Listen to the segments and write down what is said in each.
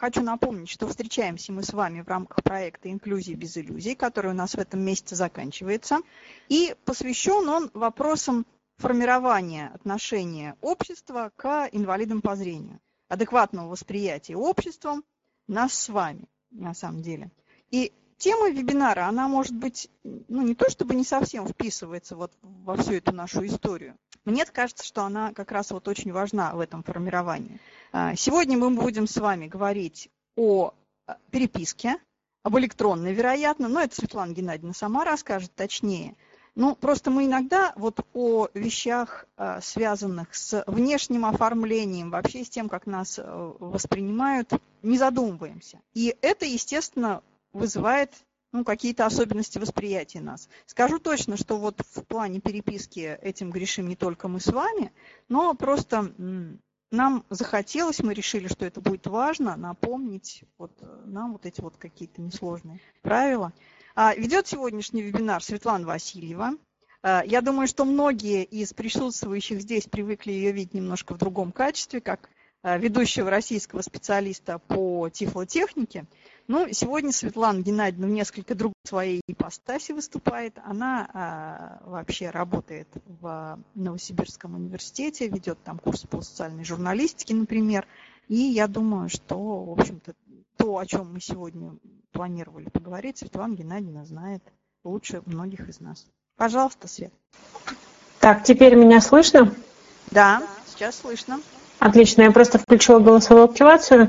хочу напомнить, что встречаемся мы с вами в рамках проекта «Инклюзия без иллюзий», который у нас в этом месяце заканчивается. И посвящен он вопросам формирования отношения общества к инвалидам по зрению, адекватного восприятия обществом нас с вами, на самом деле. И тема вебинара, она может быть, не то чтобы не совсем вписывается вот во всю эту нашу историю. Мне кажется, что она как раз вот очень важна в этом формировании. Сегодня мы будем с вами говорить о переписке, об электронной, вероятно, но это Светлана Геннадьевна сама расскажет точнее. Просто мы иногда вот о вещах, связанных с внешним оформлением, вообще с тем, как нас воспринимают, не задумываемся. И это, естественно, вызывает какие-то особенности восприятия нас. Скажу точно, что вот в плане переписки этим грешим не только мы с вами, но просто нам захотелось, мы решили, что это будет важно, напомнить нам вот эти вот какие-то несложные правила. Ведет сегодняшний вебинар Светлана Васильева. Я думаю, что многие из присутствующих здесь привыкли ее видеть немножко в другом качестве, как ведущего российского специалиста по тифлотехнике. Сегодня Светлана Геннадьевна в несколько другой своей ипостаси выступает. Она вообще работает в Новосибирском университете, ведет там курсы по социальной журналистике, например. И я думаю, что, в общем-то, то, о чем мы сегодня планировали поговорить, Светлана Геннадьевна знает лучше многих из нас. Пожалуйста, Свет. Так, теперь меня слышно? Да, сейчас слышно. Отлично, я просто включила голосовую активацию.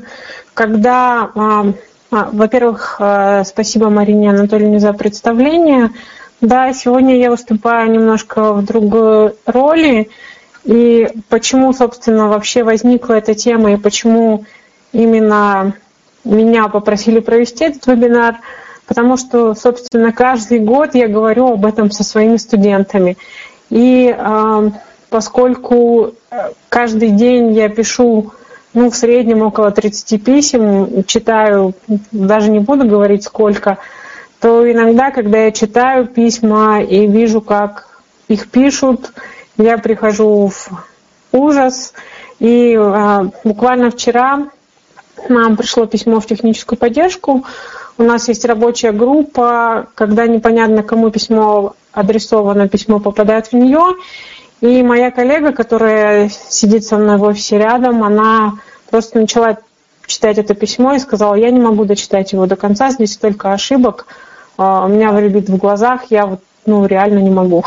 Во-первых, спасибо Марине Анатольевне за представление. Да, сегодня я выступаю немножко в другой роли. И почему, собственно, вообще возникла эта тема, и почему именно меня попросили провести этот вебинар, потому что, собственно, каждый год я говорю об этом со своими студентами. И поскольку каждый день я пишу, в среднем около 30 писем, читаю, даже не буду говорить сколько, то иногда, когда я читаю письма и вижу, как их пишут, я прихожу в ужас. И буквально вчера нам пришло письмо в техническую поддержку. У нас есть рабочая группа, когда непонятно, кому письмо адресовано, письмо попадает в нее. И моя коллега, которая сидит со мной в офисе рядом, она просто начала читать это письмо и сказала: я не могу дочитать его до конца, здесь столько ошибок, у меня рябит в глазах, я реально не могу.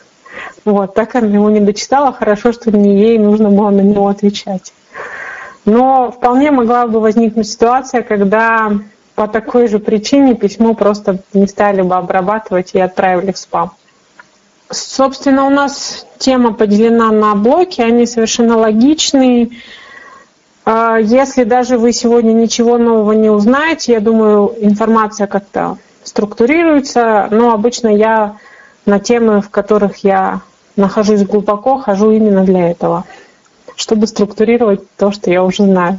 Так она его не дочитала, хорошо, что не ей нужно было на него отвечать. Но вполне могла бы возникнуть ситуация, когда по такой же причине письмо просто не стали бы обрабатывать и отправили в спам. Собственно, у нас тема поделена на блоки, они совершенно логичные. Если даже вы сегодня ничего нового не узнаете, я думаю, информация как-то структурируется, но обычно я на темы, в которых я нахожусь глубоко, хожу именно для этого, чтобы структурировать то, что я уже знаю.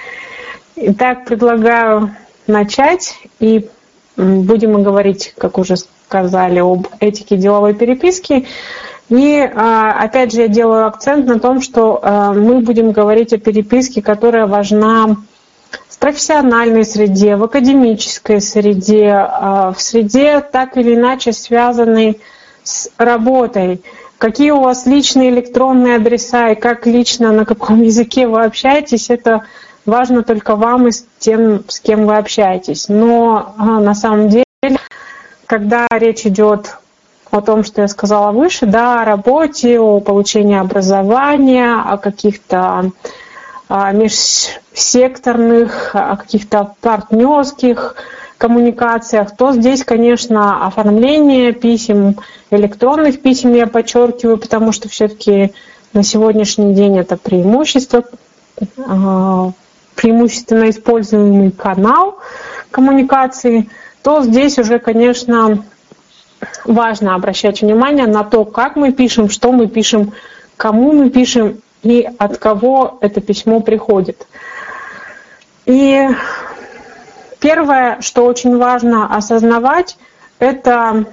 Итак, предлагаю начать, и будем мы говорить, как уже сказали, об этике деловой переписки. И опять же я делаю акцент на том, что мы будем говорить о переписке, которая важна в профессиональной среде, в академической среде, в среде так или иначе связанной с работой. Какие у вас личные электронные адреса и как лично, на каком языке вы общаетесь, это важно только вам и с тем, с кем вы общаетесь. Но на самом деле, когда речь идет о том, что я сказала выше, о работе, о получении образования, о каких-то межсекторных, о каких-то партнерских коммуникациях, то здесь, конечно, оформление писем, электронных писем я подчеркиваю, потому что все-таки на сегодняшний день это преимущественно используемый канал коммуникации, то здесь уже, конечно, важно обращать внимание на то, как мы пишем, что мы пишем, кому мы пишем и от кого это письмо приходит. И первое, что очень важно осознавать, это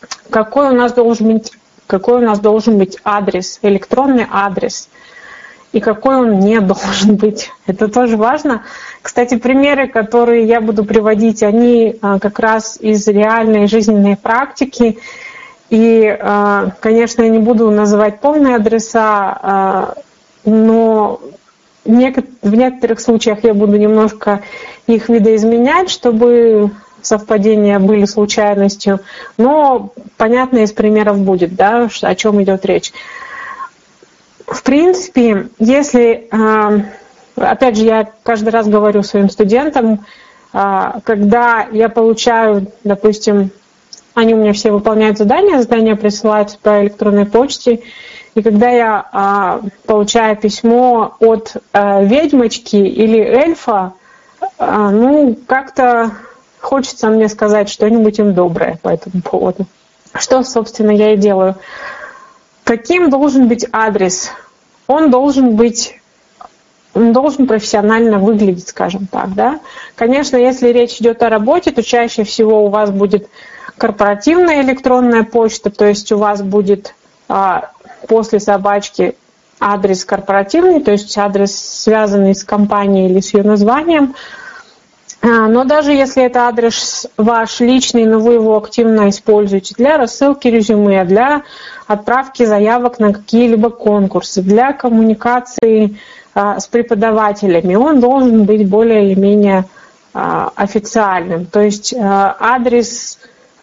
какой у нас должен быть адрес, электронный адрес. и какой он не должен быть. Это тоже важно. Кстати, примеры, которые я буду приводить, они как раз из реальной жизненной практики. И, конечно, я не буду называть полные адреса, но в некоторых случаях я буду немножко их видоизменять, чтобы совпадения были случайностью. Но понятно, из примеров будет, да, о чем идет речь. В принципе, если, опять же, я каждый раз говорю своим студентам, когда я получаю, допустим, они у меня все выполняют задания присылаются по электронной почте, и когда я получаю письмо от ведьмочки или эльфа, ну, как-то хочется мне сказать что-нибудь им доброе по этому поводу. Что, собственно, я и делаю. Каким должен быть адрес? Он должен профессионально выглядеть, скажем так, да? Конечно, если речь идет о работе, то чаще всего у вас будет корпоративная электронная почта, то есть у вас будет после собачки адрес корпоративный, то есть адрес, связанный с компанией или с ее названием. Но даже если это адрес ваш личный, но вы его активно используете для рассылки резюме, для отправки заявок на какие-либо конкурсы, для коммуникации с преподавателями, он должен быть более или менее официальным. То есть адрес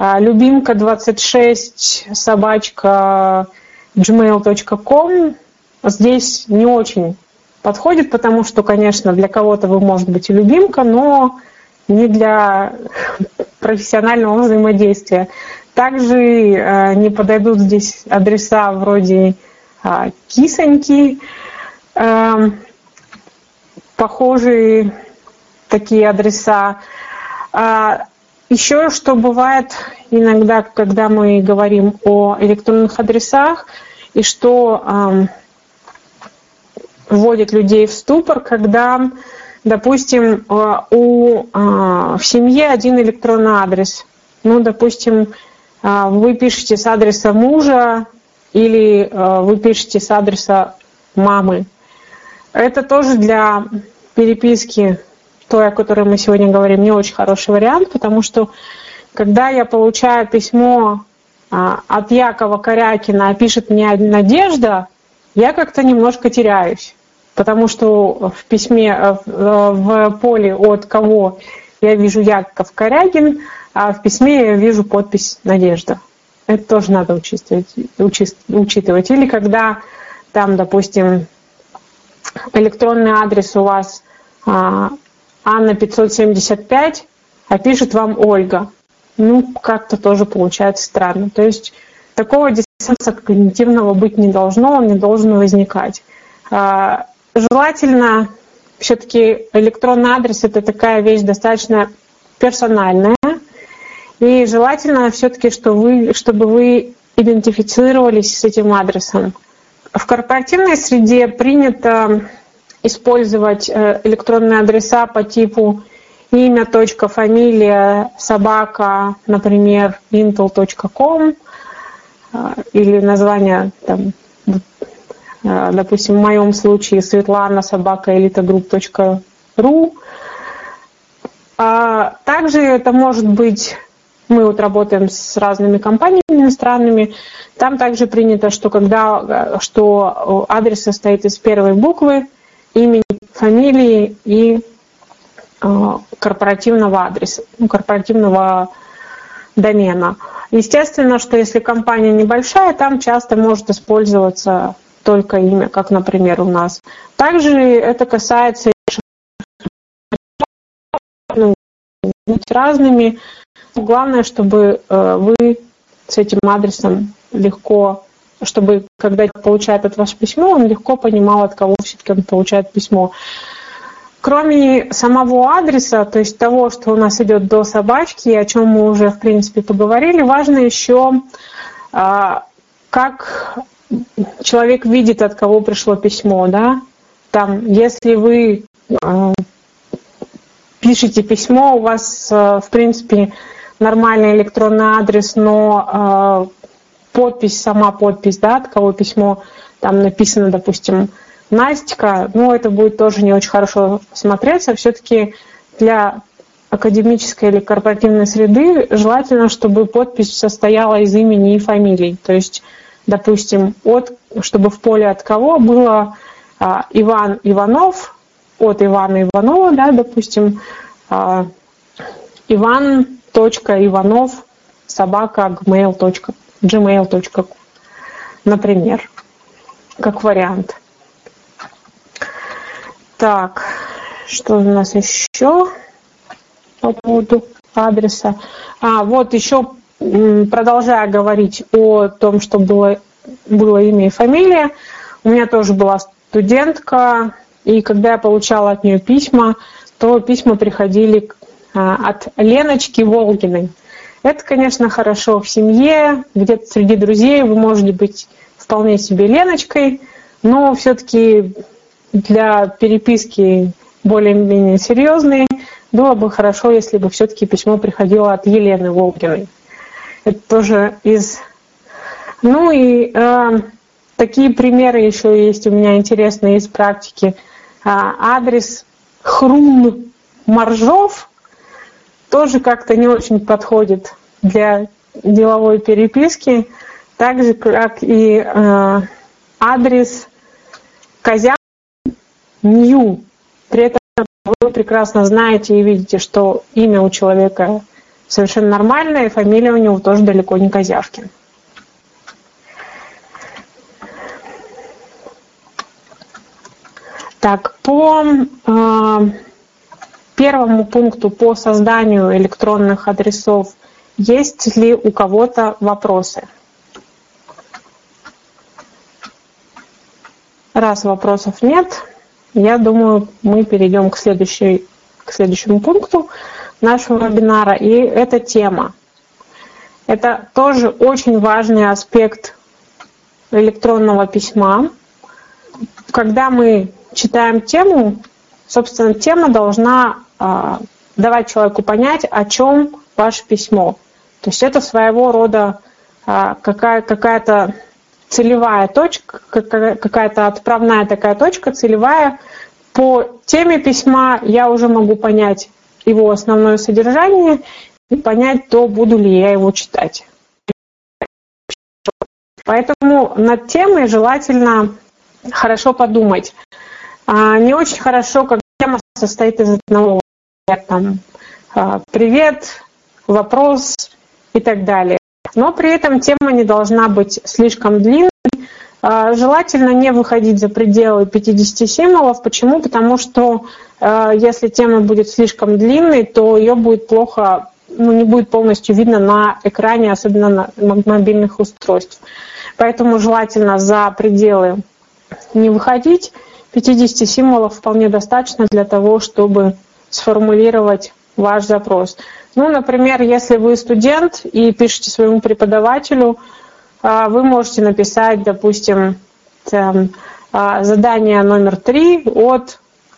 любимка26@gmail.com здесь не очень подходит, потому что, конечно, для кого-то вы, может быть, и любимка, но не для профессионального взаимодействия. Также не подойдут здесь адреса вроде кисоньки, похожие такие адреса. Еще что бывает иногда, когда мы говорим о электронных адресах, и что вводит людей в ступор, когда, допустим, в семье один электронный адрес. Ну, допустим, вы пишете с адреса мужа или вы пишете с адреса мамы. Это тоже для переписки, той, о которой мы сегодня говорим, не очень хороший вариант, потому что когда я получаю письмо от Якова Корякина, а пишет мне Надежда, я как-то немножко теряюсь. Потому что в письме, в поле от кого я вижу Яков Корягин, а в письме я вижу подпись Надежда. Это тоже надо учитывать. Или когда там, допустим, электронный адрес у вас Анна 575, а пишет вам Ольга. Ну, как-то тоже получается странно. То есть такого диссонанса когнитивного быть не должно, он не должен возникать. Желательно, все-таки электронный адрес — это такая вещь достаточно персональная, и желательно все-таки, чтобы вы идентифицировались с этим адресом. В корпоративной среде принято использовать электронные адреса по типу имя, точка, фамилия, собака, например, intel.com, или название там, допустим, в моем случае Светлана собака elitagroup.ru. Также это может быть, мы вот работаем с разными компаниями иностранными, там также принято, что адрес состоит из первой буквы, имени, фамилии и корпоративного адреса, корпоративного домена. Естественно, что если компания небольшая, там часто может использоваться только имя, как, например, у нас. Также это касается быть разными. Главное, чтобы вы с этим адресом легко, чтобы, когда получает от вас письмо, он легко понимал, от кого все-таки он получает письмо. Кроме самого адреса, то есть того, что у нас идет до собачки, о чем мы уже, в принципе, поговорили, важно еще, как человек видит, от кого пришло письмо, да? Там, если вы пишете письмо, у вас, в принципе, нормальный электронный адрес, но подпись, сама подпись, да, от кого письмо, там написано, допустим, Настя, ну, это будет тоже не очень хорошо смотреться. Все-таки для академической или корпоративной среды желательно, чтобы подпись состояла из имени и фамилий. То есть, допустим, чтобы в поле от кого было Иван Иванов, от Ивана Иванова, да, допустим, Иван.Иванов@gmail.com, например, как вариант. Так, что у нас еще по поводу адреса? Вот еще, продолжая говорить о том, что было имя и фамилия, у меня тоже была студентка, и когда я получала от нее письма, то письма приходили от Леночки Волгиной. Это, конечно, хорошо в семье, где-то среди друзей вы можете быть вполне себе Леночкой, но все-таки для переписки более-менее серьезной было бы хорошо, если бы все-таки письмо приходило от Елены Волгиной. Это тоже из... Ну и такие примеры еще есть у меня интересные из практики. Адрес Хрун Моржов тоже как-то не очень подходит для деловой переписки, так же, как и адрес Козяк Нью. При этом вы прекрасно знаете и видите, что имя у человека совершенно нормальное, и фамилия у него тоже далеко не Козявкин. Так, по первому пункту по созданию электронных адресов есть ли у кого-то вопросы? Раз вопросов нет, я думаю, мы перейдем к следующему пункту нашего вебинара, и это тема. Это тоже очень важный аспект электронного письма. Когда мы читаем тему, собственно, тема должна давать человеку понять, о чем ваше письмо. То есть это своего рода какая-то целевая точка, какая-то отправная такая точка, целевая. По теме письма я уже могу понять его основное содержание и понять, то буду ли я его читать. Поэтому над темой желательно хорошо подумать. Не очень хорошо, когда тема состоит из одного там, привет, вопрос и так далее. Но при этом тема не должна быть слишком длинной. Желательно не выходить за пределы 50 символов. Почему? Потому что если тема будет слишком длинной, то ее будет плохо, не будет полностью видно на экране, особенно на мобильных устройствах. Поэтому желательно за пределы не выходить. 50 символов вполне достаточно для того, чтобы сформулировать ваш запрос. Например, если вы студент и пишете своему преподавателю, вы можете написать, допустим, задание номер 3 от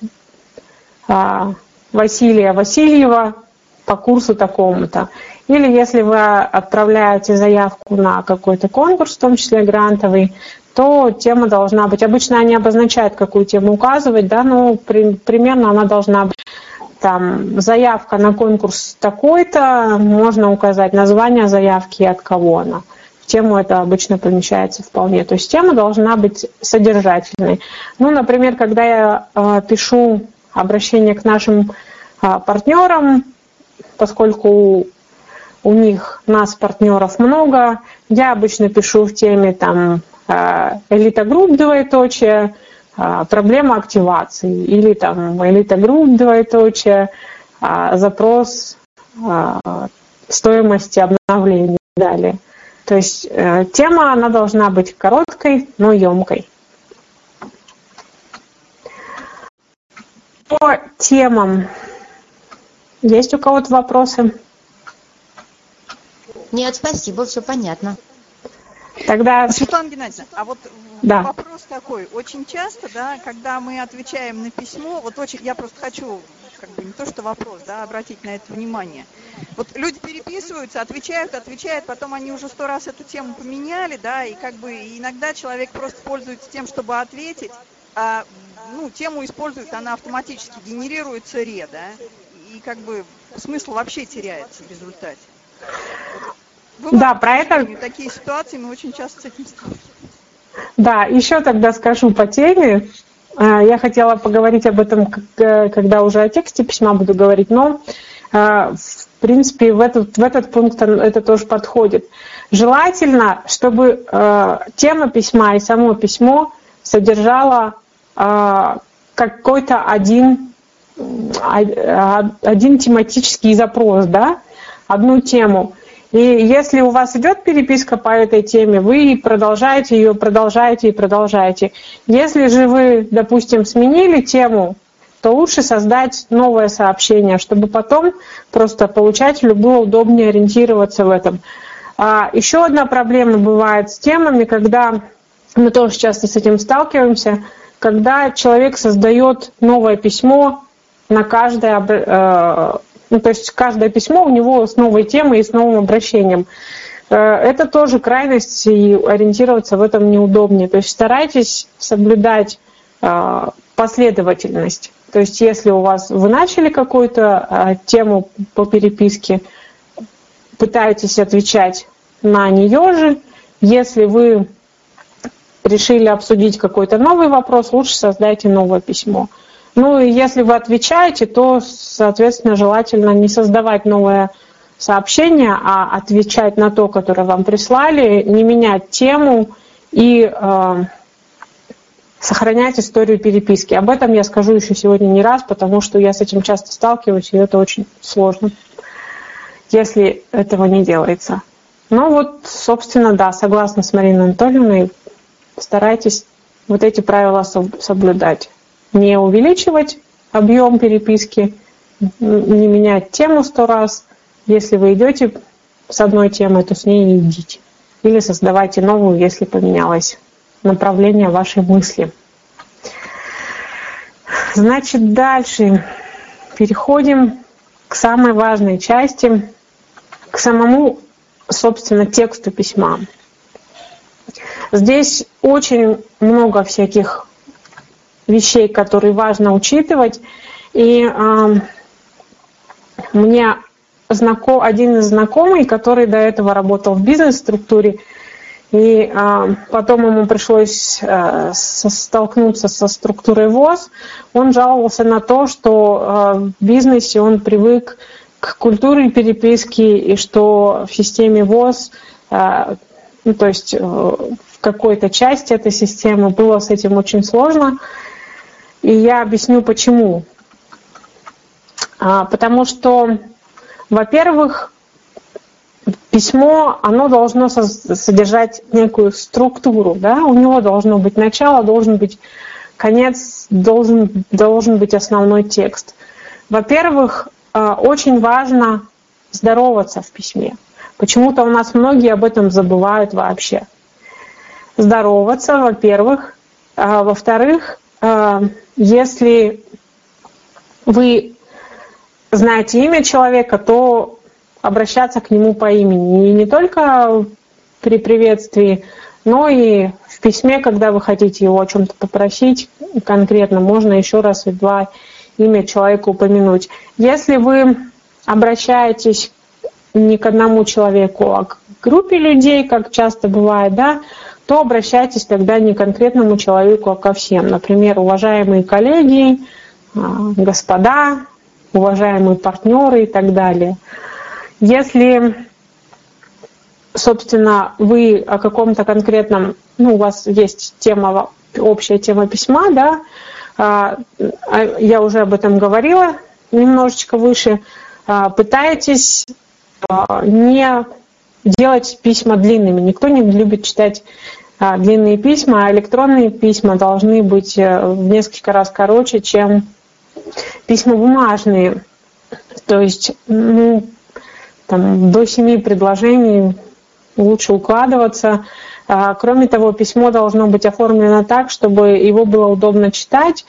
Василия Васильева по курсу такому-то. Или если вы отправляете заявку на какой-то конкурс, в том числе грантовый, то тема должна быть, обычно они обозначают, какую тему указывать, да, но примерно она должна быть, там, заявка на конкурс такой-то, можно указать название заявки и от кого она. В тему это обычно помещается вполне. То есть тема должна быть содержательной. Например, когда я пишу обращение к нашим партнерам, поскольку у нас партнеров много, я обычно пишу в теме там Элита Групп, двоеточие, проблема активации, или там Элита Групп, двоеточие, запрос стоимости обновления и далее. То есть тема, она должна быть короткой, но емкой. По темам есть у кого-то вопросы? Нет, спасибо, все понятно. Тогда... Светлана Геннадьевна, да. Вопрос такой. Очень часто, да, когда мы отвечаем на письмо, я просто хочу, не то что вопрос, да, обратить на это внимание. Люди переписываются, отвечают, потом они уже 100 раз эту тему поменяли, да, и иногда человек просто пользуется тем, чтобы ответить, тему используют, она автоматически генерируется да? И как бы смысл вообще теряется в результате. Да, про это... Такие ситуации мы очень часто с этим сталкиваемся. Да, еще тогда скажу по теме. Я хотела поговорить об этом, когда уже о тексте письма буду говорить, но, в принципе, в этот пункт это тоже подходит. Желательно, чтобы тема письма и само письмо содержало какой-то один тематический запрос, да, одну тему. И если у вас идет переписка по этой теме, вы продолжаете ее, продолжаете. Если же вы, допустим, сменили тему, то лучше создать новое сообщение, чтобы потом просто получателю было удобнее ориентироваться в этом. Еще одна проблема бывает с темами, когда мы тоже часто с этим сталкиваемся, когда человек создает новое письмо на каждое, то есть каждое письмо у него с новой темой и с новым обращением. Это тоже крайность, и ориентироваться в этом неудобнее. То есть старайтесь соблюдать последовательность. То есть если вы начали какую-то тему по переписке, пытаетесь отвечать на нее же. Если вы решили обсудить какой-то новый вопрос, лучше создайте новое письмо. Ну и если вы отвечаете, то, соответственно, желательно не создавать новое сообщение, а отвечать на то, которое вам прислали, не менять тему и сохранять историю переписки. Об этом я скажу еще сегодня не раз, потому что я с этим часто сталкиваюсь, и это очень сложно, если этого не делается. Ну вот, собственно, да, согласна с Мариной Анатольевной, старайтесь вот эти правила соблюдать. Не увеличивать объем переписки, не менять тему 100 раз. Если вы идете с одной темой, то с ней и идите. Или создавайте новую, если поменялось направление вашей мысли. Значит, дальше переходим к самой важной части, к самому, собственно, тексту письма. Здесь очень много всяких вещей, которые важно учитывать. И мне один из знакомых, который до этого работал в бизнес-структуре, и потом ему пришлось столкнуться со структурой ВОС, он жаловался на то, что в бизнесе он привык к культуре переписки, и что в системе ВОС, то есть в какой-то части этой системы было с этим очень сложно. И я объясню, почему. Потому что, во-первых, письмо, оно должно содержать некую структуру, да? У него должно быть начало, должен быть конец, должен быть основной текст. Во-первых, очень важно здороваться в письме. Почему-то у нас многие об этом забывают вообще. Здороваться, во-первых. Во-вторых, если вы знаете имя человека, то обращаться к нему по имени. И не только при приветствии, но и в письме, когда вы хотите его о чем-то попросить конкретно, можно еще раз и два имя человека упомянуть. Если вы обращаетесь не к одному человеку, а к группе людей, как часто бывает, да, то обращайтесь тогда не к конкретному человеку, а ко всем. Например, уважаемые коллеги, господа, уважаемые партнеры и так далее. Если, собственно, вы о каком-то конкретном, у вас есть тема, общая тема письма, да, я уже об этом говорила немножечко выше, пытайтесь не делать письма длинными. Никто не любит читать длинные письма, а электронные письма должны быть в несколько раз короче, чем письма бумажные. То есть до 7 предложений лучше укладываться. Кроме того, письмо должно быть оформлено так, чтобы его было удобно читать.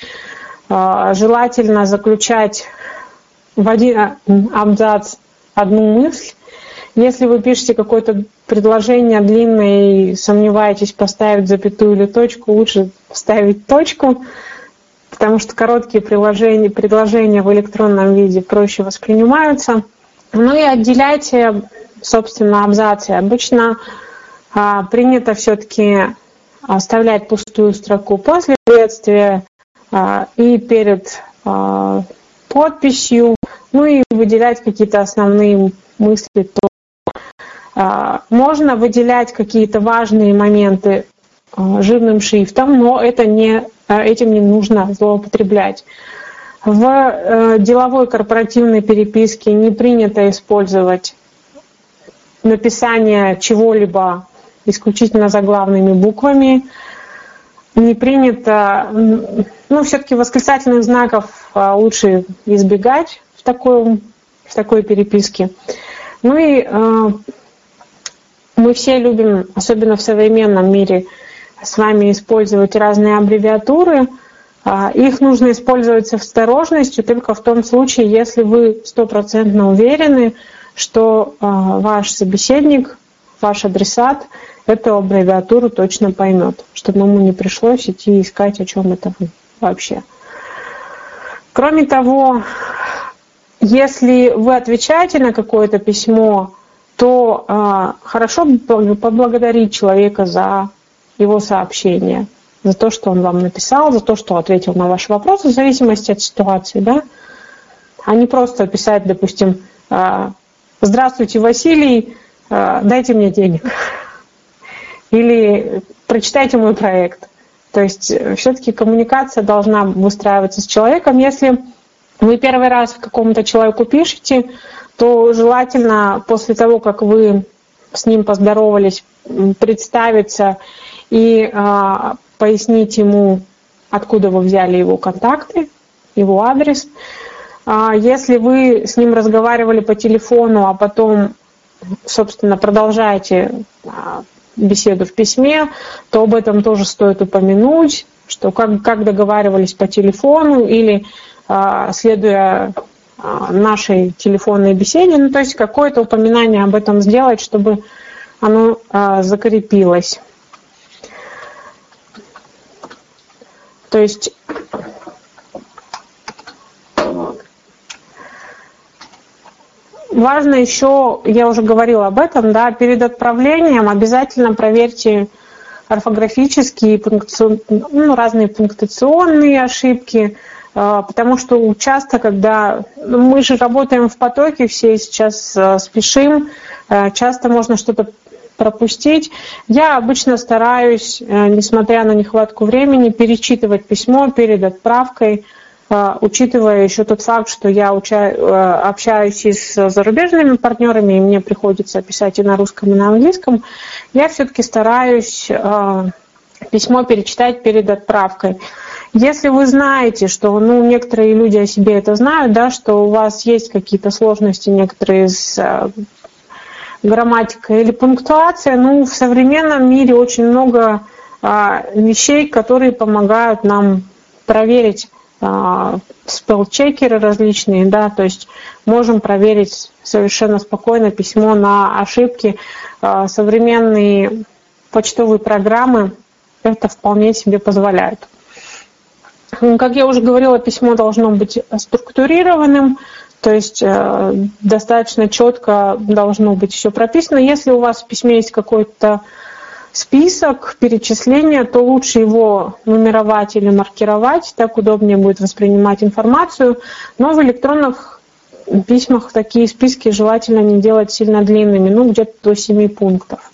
Желательно заключать в один абзац одну мысль Если вы пишете какое-то предложение длинное и сомневаетесь, поставить запятую или точку, лучше ставить точку, потому что короткие предложения в электронном виде проще воспринимаются. Ну и отделяйте, собственно, абзацы. Обычно принято все-таки оставлять пустую строку после приветствия и перед подписью, ну и выделять какие-то основные мысли. Можно выделять какие-то важные моменты жирным шрифтом, но этим не нужно злоупотреблять. В деловой корпоративной переписке не принято использовать написание чего-либо исключительно заглавными буквами. Не принято, все-таки восклицательных знаков лучше избегать в такой переписке. Ну и мы все любим, особенно в современном мире, с вами использовать разные аббревиатуры. Их нужно использовать с осторожностью только в том случае, если вы 100% уверены, что ваш собеседник, ваш адресат эту аббревиатуру точно поймет, чтобы ему не пришлось идти искать, о чем это вообще. Кроме того, если вы отвечаете на какое-то письмо, то хорошо поблагодарить человека за его сообщение, за то, что он вам написал, за то, что ответил на ваши вопросы, в зависимости от ситуации, да? А не просто писать, допустим, «Здравствуйте, Василий, дайте мне денег». Или «Прочитайте мой проект». То есть все-таки коммуникация должна выстраиваться с человеком. Если вы первый раз какому-то человеку пишете, то желательно после того, как вы с ним поздоровались, представиться и пояснить ему, откуда вы взяли его контакты, его адрес. Если вы с ним разговаривали по телефону, а потом, собственно, продолжаете беседу в письме, то об этом тоже стоит упомянуть, что как договаривались по телефону или следуя нашей телефонной беседе, то есть какое-то упоминание об этом сделать, чтобы оно закрепилось. То есть важно еще, я уже говорила об этом, да, перед отправлением обязательно проверьте орфографические, разные пунктуационные ошибки, потому что часто, когда мы же работаем в потоке, все сейчас спешим, часто можно что-то пропустить. Я обычно стараюсь, несмотря на нехватку времени, перечитывать письмо перед отправкой, учитывая еще тот факт, что я общаюсь и с зарубежными партнерами, и мне приходится писать и на русском, и на английском, я все-таки стараюсь письмо перечитать перед отправкой. Если вы знаете, что некоторые люди о себе это знают, да, что у вас есть какие-то сложности некоторые с грамматикой или пунктуацией, в современном мире очень много вещей, которые помогают нам проверить спелл-чекеры различные, да, то есть можем проверить совершенно спокойно письмо на ошибки. Современные почтовые программы это вполне себе позволяют. Как я уже говорила, письмо должно быть структурированным, то есть достаточно четко должно быть все прописано. Если у вас в письме есть какой-то список перечисления, то лучше его нумеровать или маркировать, так удобнее будет воспринимать информацию. Но в электронных письмах такие списки желательно не делать сильно длинными, где-то до 7 пунктов.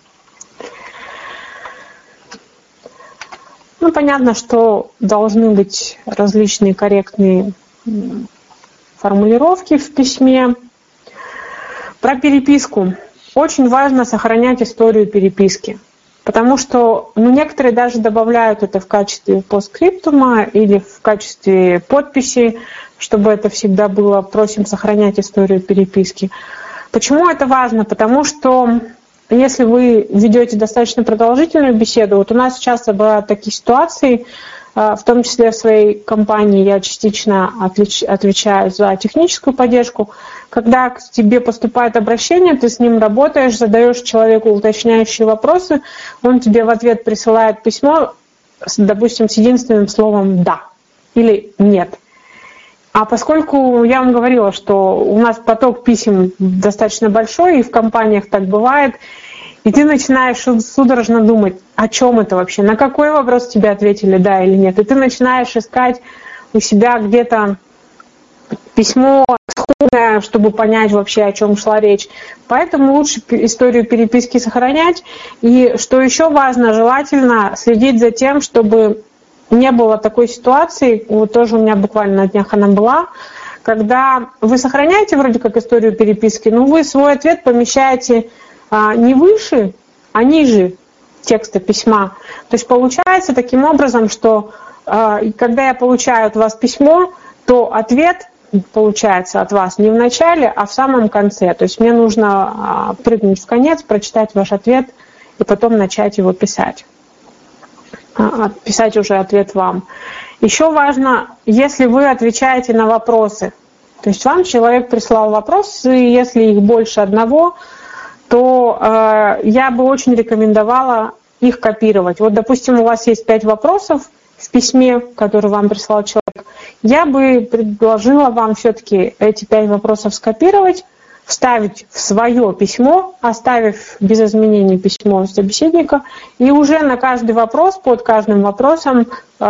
Понятно, что должны быть различные корректные формулировки в письме. Про переписку. Очень важно сохранять историю переписки. Потому что некоторые даже добавляют это в качестве постскриптума или в качестве подписи, чтобы это всегда было. Просим сохранять историю переписки. Почему это важно? Потому что если вы ведете достаточно продолжительную беседу, у нас часто бывают такие ситуации, в том числе в своей компании я частично отвечаю за техническую поддержку, когда к тебе поступает обращение, ты с ним работаешь, задаешь человеку уточняющие вопросы, он тебе в ответ присылает письмо, допустим, с единственным словом «да» или «нет». А поскольку я вам говорила, что у нас поток писем достаточно большой, и в компаниях так бывает, и ты начинаешь судорожно думать, о чем это вообще, на какой вопрос тебе ответили «да» или «нет», и ты начинаешь искать у себя где-то письмо сходное, чтобы понять вообще, о чем шла речь. Поэтому лучше историю переписки сохранять. И что еще важно, желательно следить за тем, чтобы не было такой ситуации, вот тоже у меня буквально на днях она была, когда вы сохраняете вроде как историю переписки, но вы свой ответ помещаете не выше, а ниже текста письма. То есть получается таким образом, что когда я получаю от вас письмо, то ответ получается от вас не в начале, а в самом конце. То есть мне нужно прыгнуть в конец, прочитать ваш ответ и потом начать его писать. Писать уже ответ вам. Еще важно, если вы отвечаете на вопросы, то есть вам человек прислал вопрос, и если их больше одного, то я бы очень рекомендовала их копировать. Вот, допустим, у вас есть 5 вопросов в письме, который вам прислал человек. Я бы предложила вам все-таки эти 5 вопросов скопировать, вставить в свое письмо, оставив без изменений письмо собеседника, и уже на каждый вопрос, под каждым вопросом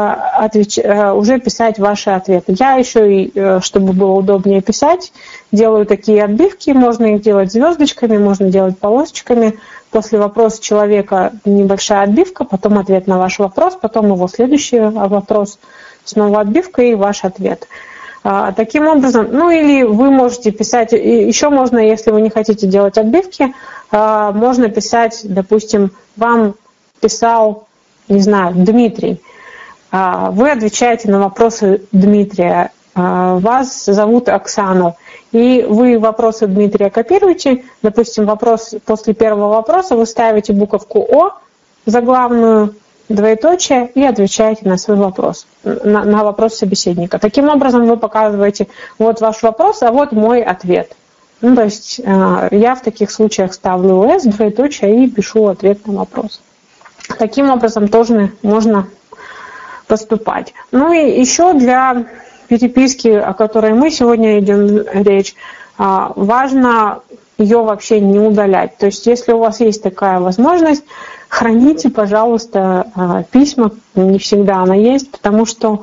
уже писать ваши ответы. Я еще, и, чтобы было удобнее писать, делаю такие отбивки, можно их делать звездочками, можно делать полосочками. После вопроса человека небольшая отбивка, потом ответ на ваш вопрос, потом его следующий вопрос, снова отбивка и ваш ответ. Таким образом, ну или вы можете писать, еще можно, если вы не хотите делать отбивки, можно писать, допустим, вам писал, не знаю, Дмитрий. Вы отвечаете на вопросы Дмитрия. Вас зовут Оксана. И вы вопросы Дмитрия копируете. Допустим, вопрос, после первого вопроса вы ставите буковку «О» заглавную, двоеточие, и отвечаете на свой вопрос, на вопрос собеседника. Таким образом вы показываете, вот ваш вопрос, а вот мой ответ. Ну, то есть я в таких случаях ставлю «С», двоеточие, и пишу ответ на вопрос. Таким образом тоже можно поступать. Ну и еще для переписки, о которой мы сегодня идем речь, важно ее вообще не удалять. То есть если у вас есть такая возможность, храните, пожалуйста, письма, не всегда она есть, потому что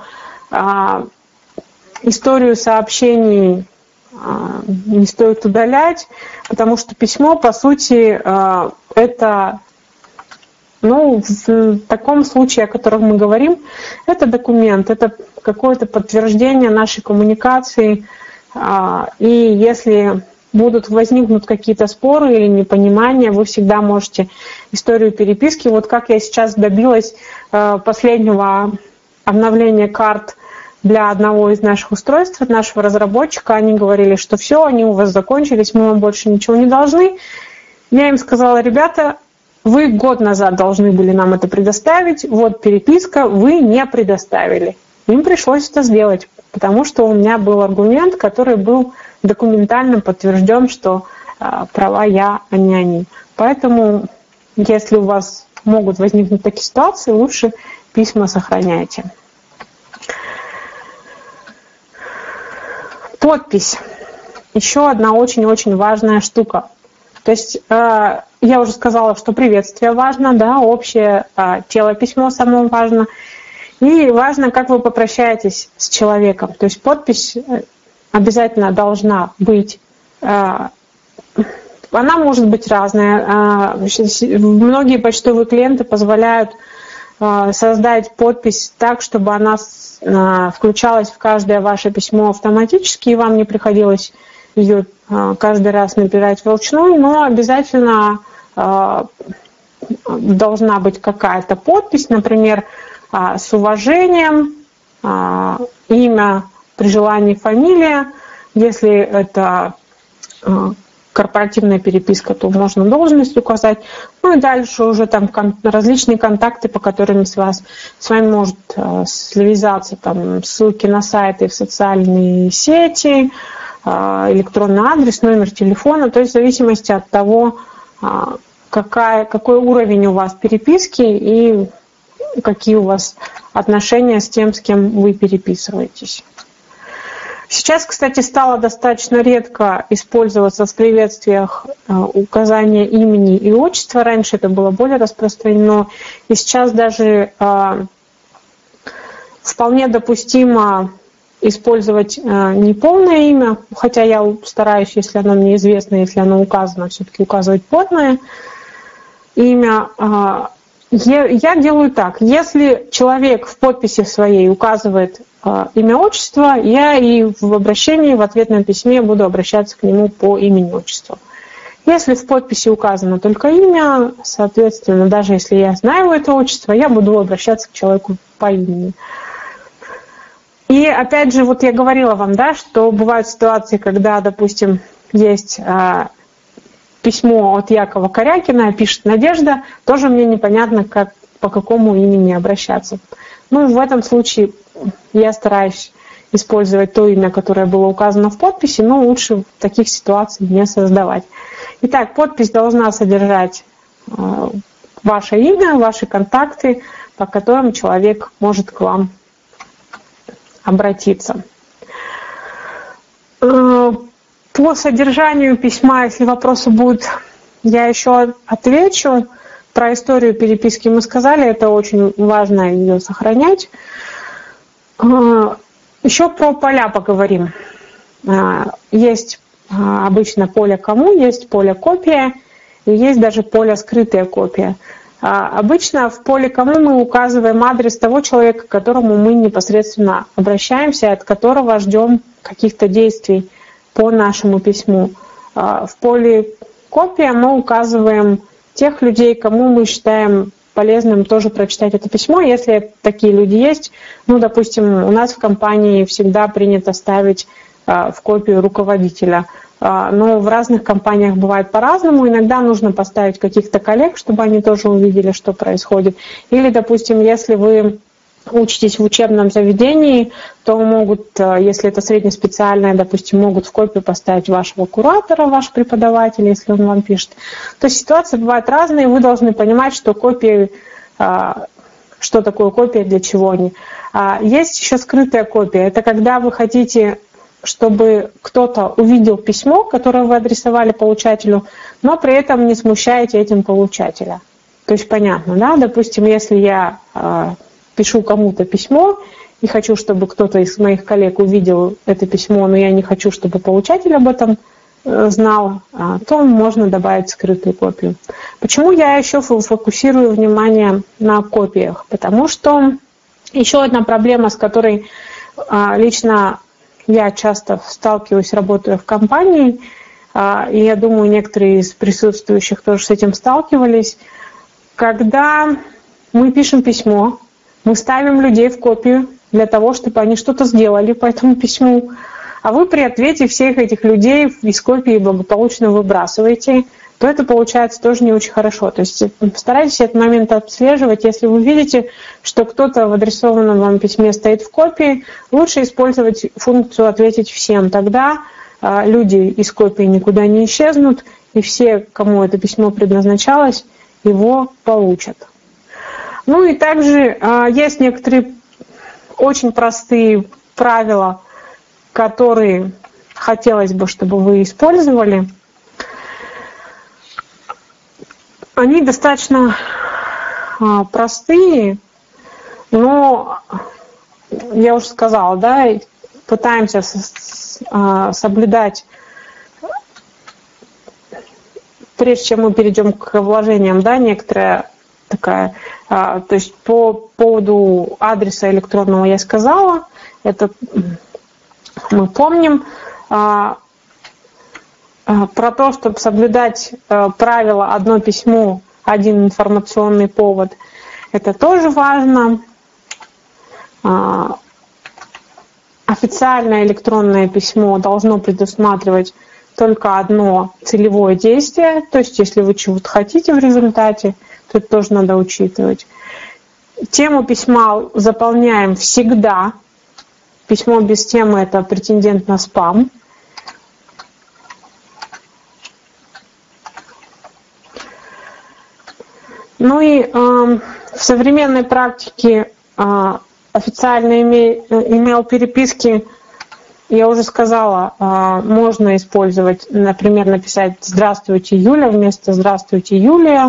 историю сообщений не стоит удалять, потому что письмо, по сути, это, ну, в таком случае, о котором мы говорим, это документ, это какое-то подтверждение нашей коммуникации, и если возникнут какие-то споры или непонимания, вы всегда можете историю переписки. Вот как я сейчас добилась последнего обновления карт для одного из наших устройств, от нашего разработчика. Они говорили, что все, они у вас закончились, мы вам больше ничего не должны. Я им сказала: ребята, вы год назад должны были нам это предоставить, вот переписка, вы не предоставили. Им пришлось это сделать, потому что у меня был аргумент, который был документально подтвержден, что права я, а не они. Поэтому, если у вас могут возникнуть такие ситуации, лучше письма сохраняйте. Подпись. Еще одна очень-очень важная штука. То есть я уже сказала, что приветствие важно, да, общее тело письмо самое важно. И важно, как вы попрощаетесь с человеком. То есть подпись обязательно должна быть. Она может быть разная. Многие почтовые клиенты позволяют создать подпись так, чтобы она включалась в каждое ваше письмо автоматически, и вам не приходилось ее каждый раз набирать вручную, но обязательно должна быть какая-то подпись, например, с уважением, имя, при желании фамилия. Если это корпоративная переписка, то можно должность указать. Ну и дальше уже там различные контакты, по которым с вами может связаться, там ссылки на сайты в социальные сети, электронный адрес, номер телефона, то есть в зависимости от того, какой уровень у вас переписки и какие у вас отношения с тем, с кем вы переписываетесь. Сейчас, кстати, стало достаточно редко использоваться в приветствиях указание имени и отчества. Раньше это было более распространено. И сейчас даже вполне допустимо использовать не полное имя, хотя я стараюсь, если оно мне известно, если оно указано, все-таки указывать полное имя. Я делаю так. Если человек в подписи своей указывает имя, отчество, я и в обращении, в ответном письме буду обращаться к нему по имени, отчеству. Если в подписи указано только имя, соответственно, даже если я знаю это отчество, я буду обращаться к человеку по имени. И опять же, вот я говорила вам, да, что бывают ситуации, когда, допустим, есть письмо от Якова Корякина, пишет Надежда, тоже мне непонятно, по какому имени обращаться. Ну, в этом случае я стараюсь использовать то имя, которое было указано в подписи, но лучше в таких ситуациях не создавать. Итак, подпись должна содержать ваше имя, ваши контакты, по которым человек может к вам обратиться. По содержанию письма, если вопросы будут, я еще отвечу. Про историю переписки мы сказали, это очень важно ее сохранять. Еще про поля поговорим. Есть обычно поле «Кому», есть поле «Копия», и есть даже поле «Скрытая копия». Обычно в поле «Кому» мы указываем адрес того человека, к которому мы непосредственно обращаемся, от которого ждем каких-то действий по нашему письму. В поле «Копия» мы указываем тех людей, кому мы считаем полезным тоже прочитать это письмо, если такие люди есть. Ну, допустим, у нас в компании всегда принято ставить в копию руководителя. Но в разных компаниях бывает по-разному. Иногда нужно поставить каких-то коллег, чтобы они тоже увидели, что происходит. Или, допустим, если вы учитесь в учебном заведении, то могут, если это среднеспециальное, допустим, могут в копию поставить вашего куратора, ваш преподаватель, если он вам пишет. То есть ситуации бывают разные, вы должны понимать, что копии, что такое копия, для чего они. Есть еще скрытая копия. Это когда вы хотите, чтобы кто-то увидел письмо, которое вы адресовали получателю, но при этом не смущаете этим получателя. То есть понятно, да? Допустим, если я пишу кому-то письмо и хочу, чтобы кто-то из моих коллег увидел это письмо, но я не хочу, чтобы получатель об этом знал, то можно добавить скрытую копию. Почему я еще фокусирую внимание на копиях? Потому что еще одна проблема, с которой лично я часто сталкиваюсь, работая в компании, и я думаю, некоторые из присутствующих тоже с этим сталкивались, когда мы пишем письмо, мы ставим людей в копию для того, чтобы они что-то сделали по этому письму, а вы при ответе всех этих людей из копии благополучно выбрасываете, то это получается тоже не очень хорошо. То есть старайтесь этот момент отслеживать. Если вы видите, что кто-то в адресованном вам письме стоит в копии, лучше использовать функцию «Ответить всем». Тогда люди из копии никуда не исчезнут, и все, кому это письмо предназначалось, его получат. Ну и также есть некоторые очень простые правила, которые хотелось бы, чтобы вы использовали. Они достаточно простые, но я уже сказала, да, пытаемся соблюдать, прежде чем мы перейдем к вложениям, да, некоторая такая, то есть по поводу адреса электронного я сказала, это мы помним. Про то, чтобы соблюдать правило «одно письмо, один информационный повод», это тоже важно. Официальное электронное письмо должно предусматривать только одно целевое действие, то есть если вы чего-то хотите в результате, то это тоже надо учитывать. Тему письма заполняем всегда. Письмо без темы – это претендент на спам. Ну и в современной практике официальные имейл-переписки, я уже сказала, можно использовать, например, написать «Здравствуйте, Юля» вместо «Здравствуйте, Юлия».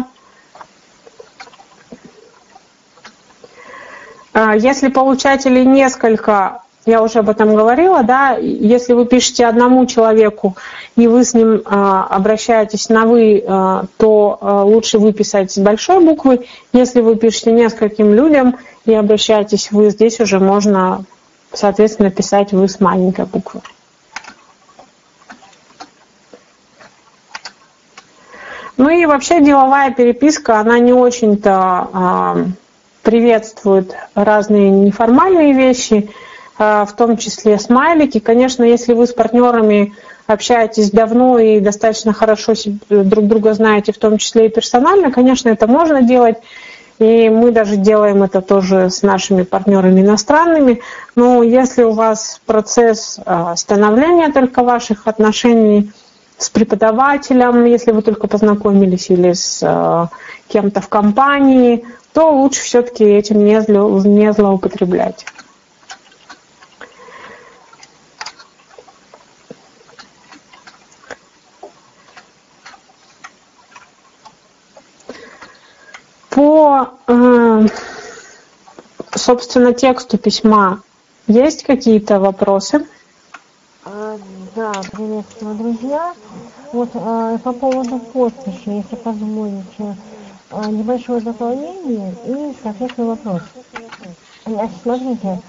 Если получателей несколько, я уже об этом говорила, да, если вы пишете одному человеку, и вы с ним обращаетесь на «вы», то лучше вы писать с большой буквы. Если вы пишете нескольким людям и обращаетесь «вы», здесь уже можно, соответственно, писать «вы» с маленькой буквы. Ну и вообще деловая переписка, она не очень-то приветствует разные неформальные вещи, в том числе смайлики. Конечно, если вы с партнерами общаетесь давно и достаточно хорошо друг друга знаете, в том числе и персонально, конечно, это можно делать. И мы даже делаем это тоже с нашими партнерами иностранными. Но если у вас процесс становления только ваших отношений с преподавателем, если вы только познакомились, или с кем-то в компании, то лучше все-таки этим не злоупотреблять. По, собственно, тексту письма есть какие-то вопросы? Да, приветствую, друзья. Вот по поводу подписи, если позволите, небольшое дополнение и, соответственно, вопрос. Значит, смотрите,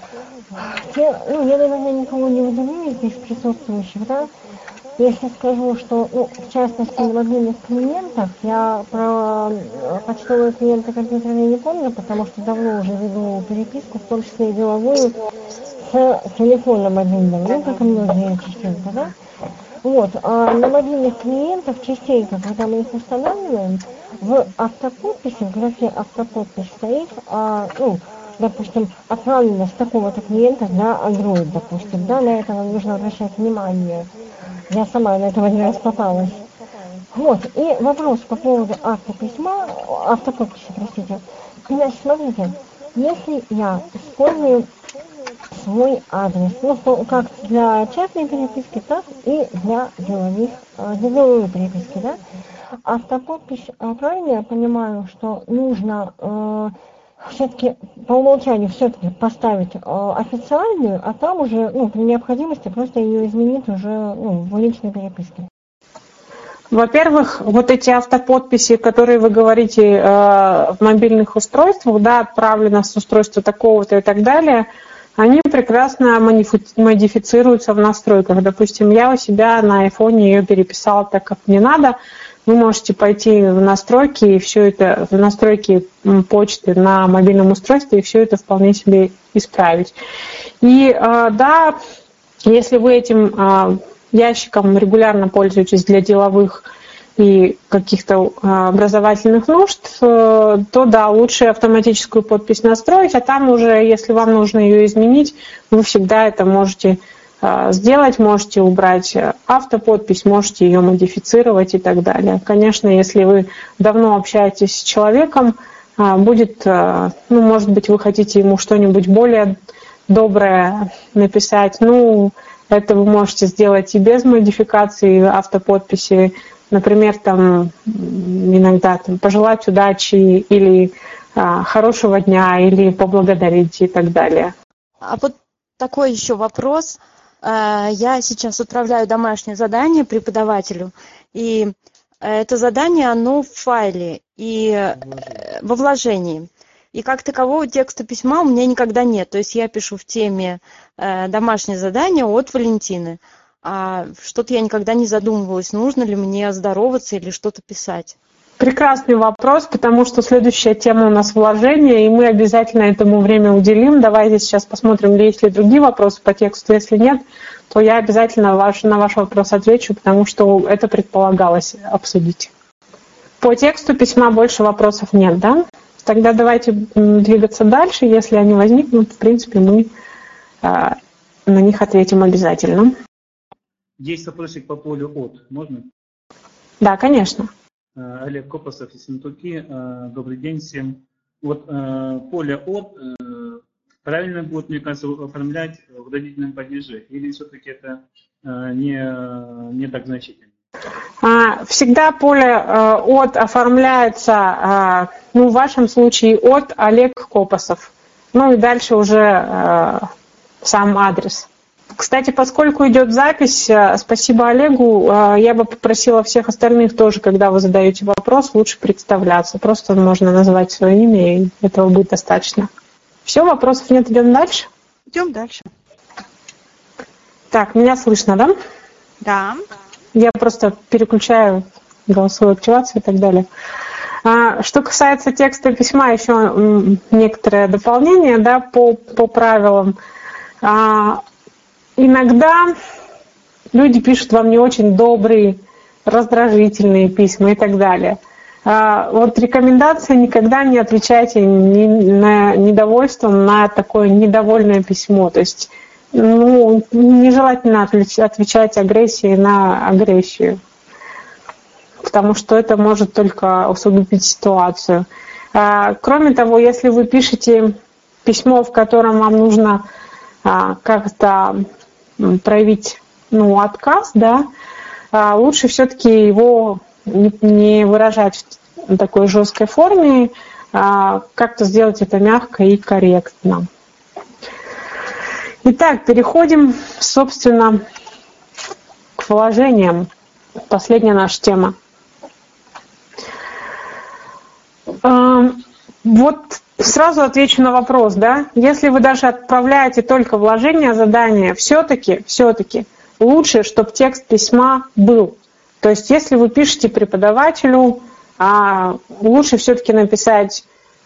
я, наверное, никого не удивлю из присутствующих, да, если скажу, что, в частности, мобильных клиентов, я про почтовые клиенты компьютерные не помню, потому что давно уже веду переписку, в том числе и деловую, с телефоном мобильным, как и многие частенько, да. Вот, а на мобильных клиентах частенько, когда мы их устанавливаем, в автоподписи, в графе автоподпись стоит, допустим, отправлено с такого-то клиента для Android, допустим, да, на это вам нужно обращать внимание. Я сама на это один раз попалась. Вот, и вопрос по поводу автоподписи, простите. Значит, смотрите, если я использую свой адрес, как для частной переписки, так и для деловой переписки, да, автоподпись, правильно я понимаю, что нужно все-таки по умолчанию все-таки поставить официальную, а там уже, при необходимости просто ее изменить уже в личной переписке. Во-первых, вот эти автоподписи, которые вы говорите в мобильных устройствах, да, отправлено с устройства такого-то и так далее, они прекрасно модифицируются в настройках. Допустим, я у себя на айфоне ее переписала так, как мне надо. Вы можете пойти в настройки и все это, в настройки почты на мобильном устройстве и все это вполне себе исправить. И да, если вы этим ящиком регулярно пользуетесь для деловых и каких-то образовательных нужд, то да, лучше автоматическую подпись настроить, а там уже, если вам нужно ее изменить, вы всегда это можете сделать, можете убрать автоподпись, можете ее модифицировать и так далее. Конечно, если вы давно общаетесь с человеком, будет, может быть, вы хотите ему что-нибудь более доброе написать, это вы можете сделать и без модификации автоподписи, например, там иногда пожелать удачи или хорошего дня, или поблагодарить и так далее. А вот такой еще вопрос. Я сейчас отправляю домашнее задание преподавателю, и это задание, оно в файле и во вложении. И как такового текста письма у меня никогда нет. То есть я пишу в теме домашнее задание от Валентины. А что-то я никогда не задумывалась, нужно ли мне здороваться или что-то писать. Прекрасный вопрос, потому что следующая тема у нас вложение, и мы обязательно этому время уделим. Давайте сейчас посмотрим, есть ли другие вопросы по тексту. Если нет, то я обязательно на ваш вопрос отвечу, потому что это предполагалось обсудить. По тексту письма больше вопросов нет, да? Тогда давайте двигаться дальше. Если они возникнут, в принципе, мы на них ответим обязательно. Есть вопросик по полю «от». Можно? Да, конечно. Олег Копосов, Ессентуки. Добрый день всем. Вот поле от правильно будет, мне кажется, оформлять в родительном падеже, или все-таки это не так значительно? Всегда поле от оформляется, в вашем случае от Олег Копосов. И дальше уже сам адрес. Кстати, поскольку идет запись, спасибо Олегу, я бы попросила всех остальных тоже, когда вы задаете вопрос, лучше представляться. Просто можно назвать свое имя, и этого будет достаточно. Все, вопросов нет, идем дальше? Идем дальше. Так, меня слышно, да? Да. Я просто переключаю голосовую активацию и так далее. Что касается текста письма, еще некоторое дополнение, да, по правилам. Иногда люди пишут вам не очень добрые, раздражительные письма и так далее. Вот рекомендация: никогда не отвечайте недовольством на такое недовольное письмо. То есть нежелательно отвечать агрессией на агрессию, потому что это может только усугубить ситуацию. Кроме того, если вы пишете письмо, в котором вам нужно как-то проявить отказ, да, лучше все-таки его не выражать в такой жесткой форме, как-то сделать это мягко и корректно. Итак, переходим, собственно, к вложениям. Последняя наша тема. Вот сразу отвечу на вопрос, да. Если вы даже отправляете только вложение задания, все-таки лучше, чтобы текст письма был. То есть, если вы пишете преподавателю, лучше все-таки написать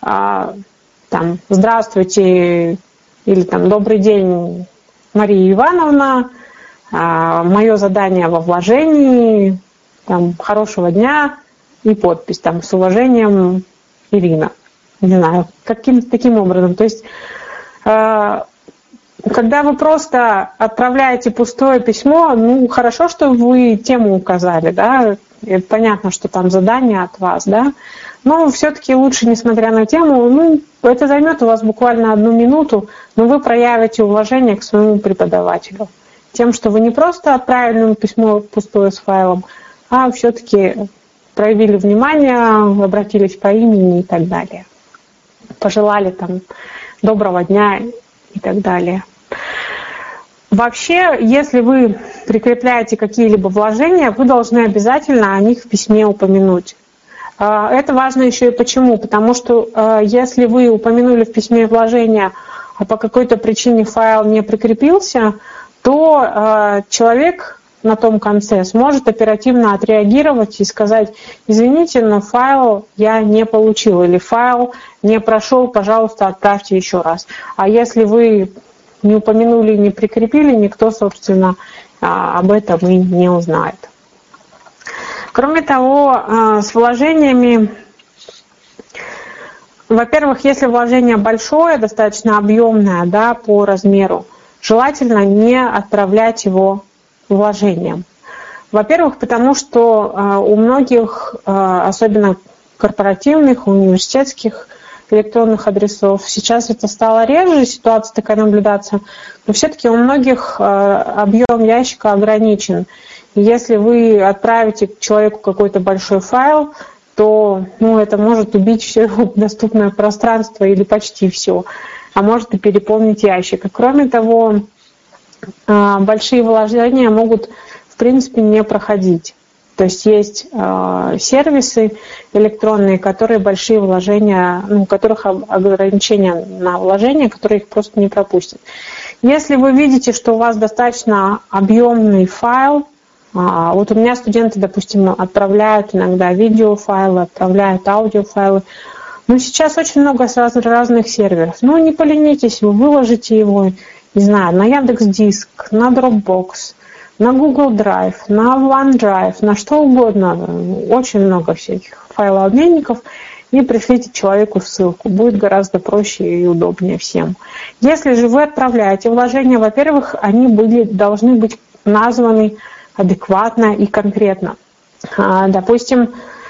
«Здравствуйте» или «Добрый день, Мария Ивановна», «Мое задание во вложении», «Хорошего дня» и подпись «С уважением, Ирина». Не знаю, каким-то таким образом. То есть, когда вы просто отправляете пустое письмо, хорошо, что вы тему указали, да, и понятно, что там задание от вас, да, но все-таки лучше, несмотря на тему, это займет у вас буквально 1 минуту, но вы проявите уважение к своему преподавателю. Тем, что вы не просто отправили ему письмо пустое с файлом, а все-таки проявили внимание, обратились по имени и так далее. Пожелали доброго дня и так далее. Вообще, если вы прикрепляете какие-либо вложения, вы должны обязательно о них в письме упомянуть. Это важно еще и почему? Потому что если вы упомянули в письме вложения, а по какой-то причине файл не прикрепился, то человек на том конце сможет оперативно отреагировать и сказать: извините, но файл я не получил, или файл не прошел, пожалуйста, отправьте еще раз. А если вы не упомянули, не прикрепили, никто, собственно, об этом и не узнает. Кроме того, с вложениями, во-первых, если вложение большое, достаточно объемное, да, по размеру, желательно не отправлять его вложением. Во-первых, потому что у многих, особенно корпоративных, университетских электронных адресов, сейчас это стало реже, ситуация такая наблюдаться, но все-таки у многих объем ящика ограничен. И если вы отправите человеку какой-то большой файл, то это может убить все доступное пространство или почти все, а может и переполнить ящик. И кроме того, большие вложения могут, в принципе, не проходить. То есть есть сервисы электронные, которые большие вложения, у которых ограничения на вложения, которые их просто не пропустят. Если вы видите, что у вас достаточно объемный файл, вот у меня студенты, допустим, отправляют иногда видеофайлы, отправляют аудиофайлы. Сейчас очень много разных серверов. Не поленитесь, вы выложите его, не знаю, на Яндекс.Диск, на Dropbox, на Google Drive, на OneDrive, на что угодно. Очень много всяких файлообменников. И пришлите человеку ссылку. Будет гораздо проще и удобнее всем. Если же вы отправляете вложения, во-первых, они должны быть названы адекватно и конкретно. Допустим,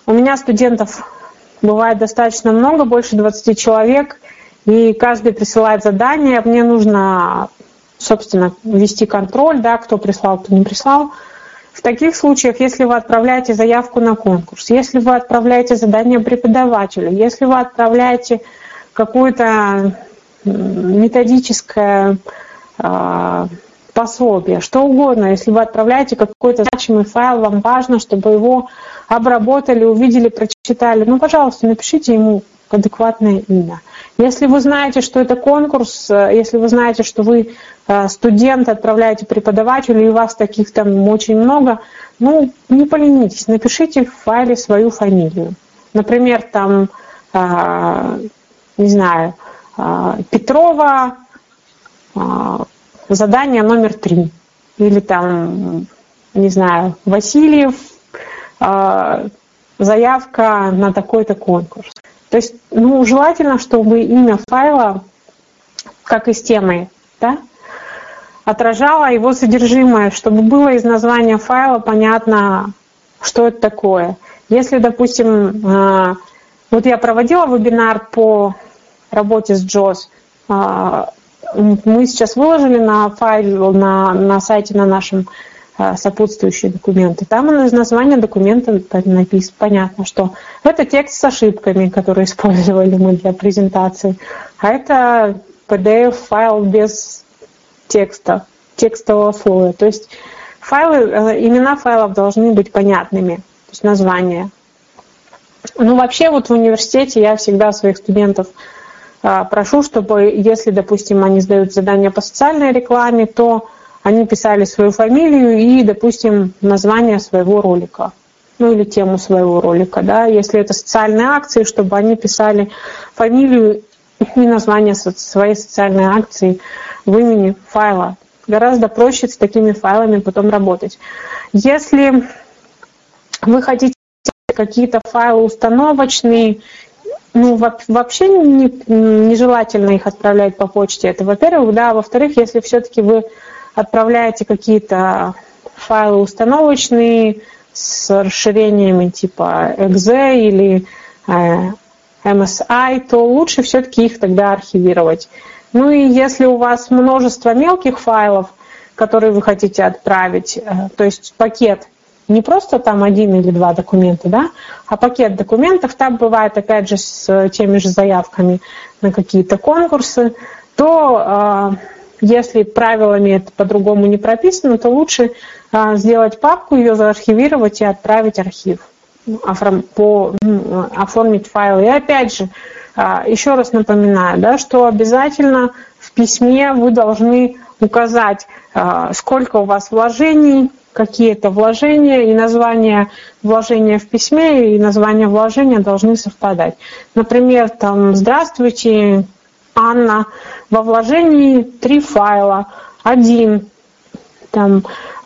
У меня студентов бывает достаточно много, больше 20 человек, и каждый присылает задание. Мне нужно, собственно, вести контроль, да, кто прислал, кто не прислал. В таких случаях, если вы отправляете заявку на конкурс, если вы отправляете задание преподавателю, если вы отправляете какое-то методическое пособие, что угодно, если вы отправляете какой-то значимый файл, вам важно, чтобы его обработали, увидели, прочитали, ну, пожалуйста, напишите ему адекватное имя. Если вы знаете, что это конкурс, если вы знаете, что вы студент, отправляете преподавателю, и у вас таких там очень много, ну, не поленитесь, напишите в файле свою фамилию. Например, там, не знаю, Петрова, задание номер 3. Или там, не знаю, Васильев, заявка на такой-то конкурс. То есть, ну, желательно, чтобы имя файла, как и с темой, да, отражало его содержимое, чтобы было из названия файла понятно, что это такое. Если, допустим, вот я проводила вебинар по работе с JAWS, мы сейчас выложили на файл на сайте на нашем сопутствующие документы. Там из названия документа написано, понятно, что это текст с ошибками, которые использовали мы для презентации, а это PDF-файл без текста, текстового слоя. То есть имена файлов должны быть понятными, то есть названия. Ну, вообще, вот в университете я всегда своих студентов прошу, чтобы, если, допустим, они сдают задания по социальной рекламе, то они писали свою фамилию и, допустим, название своего ролика, ну или тему своего ролика, да. Если это социальные акции, чтобы они писали фамилию и название своей социальной акции в имени файла. Гораздо проще с такими файлами потом работать. Если вы хотите какие-то файлы установочные, ну, вообще нежелательно их отправлять по почте. Это, во-первых, да. Во-вторых, если все-таки вы отправляете какие-то файлы установочные с расширениями типа .exe или MSI, то лучше все-таки их тогда архивировать. Ну и если у вас множество мелких файлов, которые вы хотите отправить, то есть пакет, не просто там 1 или 2 документа, да, а пакет документов, там бывает опять же с теми же заявками на какие-то конкурсы, то если правилами это по-другому не прописано, то лучше сделать папку, ее заархивировать и отправить архив, оформить файл. И опять же, еще раз напоминаю, да, что обязательно в письме вы должны указать, сколько у вас вложений, какие это вложения, и название вложения в письме и название вложения должны совпадать. Например, там «Здравствуйте, Анна, во вложении 3 файла. 1. Там,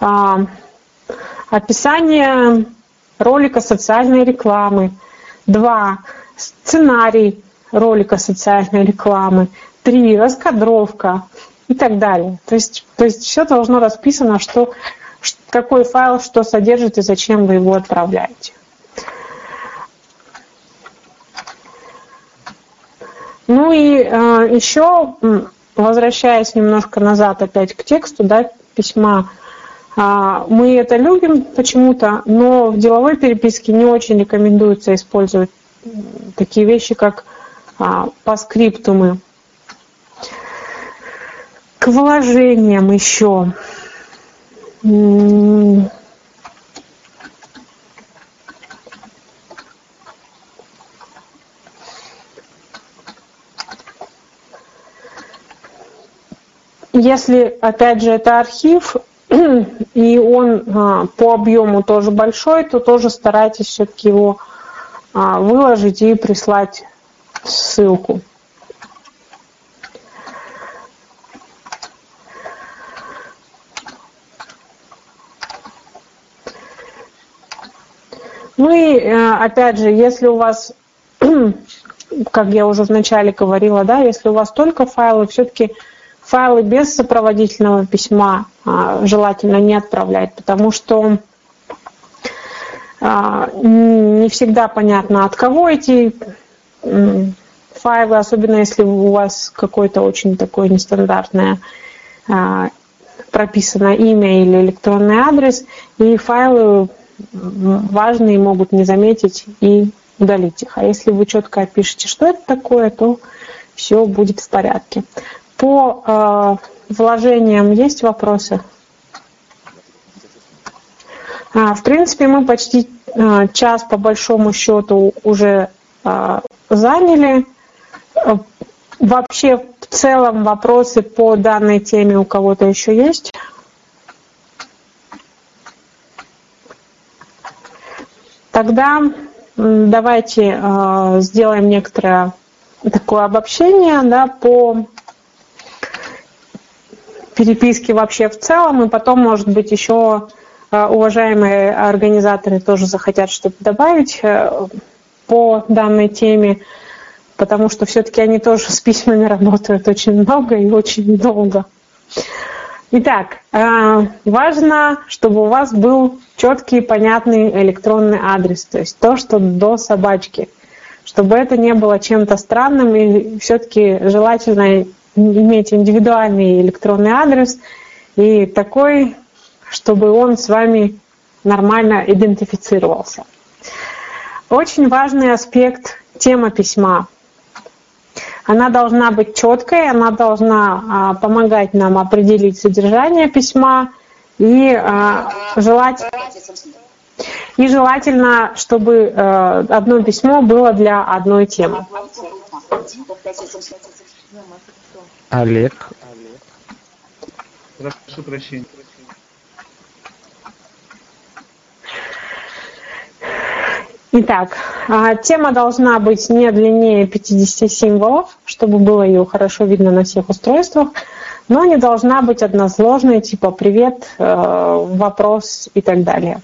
описание ролика социальной рекламы. 2. Сценарий ролика социальной рекламы. 3. Раскадровка и так далее. То есть все должно расписано, какой файл что содержит и зачем вы его отправляете. Ну и еще, возвращаясь немножко назад опять к тексту, да, письма, мы это любим почему-то, но в деловой переписке не очень рекомендуется использовать такие вещи, как паскриптумы. К вложениям еще. Если, опять же, это архив, и он по объему тоже большой, то тоже старайтесь все-таки его выложить и прислать ссылку. Ну и, опять же, если у вас, как я уже вначале говорила, да, если у вас только файлы, все-таки файлы без сопроводительного письма желательно не отправлять, потому что Не всегда понятно, от кого эти файлы, особенно если у вас какое-то очень такое нестандартное прописано имя или электронный адрес, и файлы важные могут не заметить и удалить их. А если вы четко опишете, что это такое, то все будет в порядке. По вложениям есть вопросы? В принципе, мы почти час по большому счету уже заняли. Вообще, в целом, вопросы по данной теме у кого-то еще есть? Тогда давайте сделаем некоторое такое обобщение, да, по переписке вообще в целом, и потом, может быть, еще уважаемые организаторы тоже захотят что-то добавить по данной теме, потому что все-таки они тоже с письмами работают очень много и очень долго. Итак, важно, чтобы у вас был четкий, понятный электронный адрес, то есть то, что до собачки, чтобы это не было чем-то странным, и все-таки желательно иметь индивидуальный электронный адрес и такой, чтобы он с вами нормально идентифицировался. Очень важный аспект – тема письма. Она должна быть четкой, она должна помогать нам определить содержание письма и желательно, чтобы одно письмо было для одной темы. Олег. Прошу прощения. Итак, тема должна быть не длиннее 50 символов, чтобы было ее хорошо видно на всех устройствах, но не должна быть односложной, типа «привет», «вопрос» и так далее.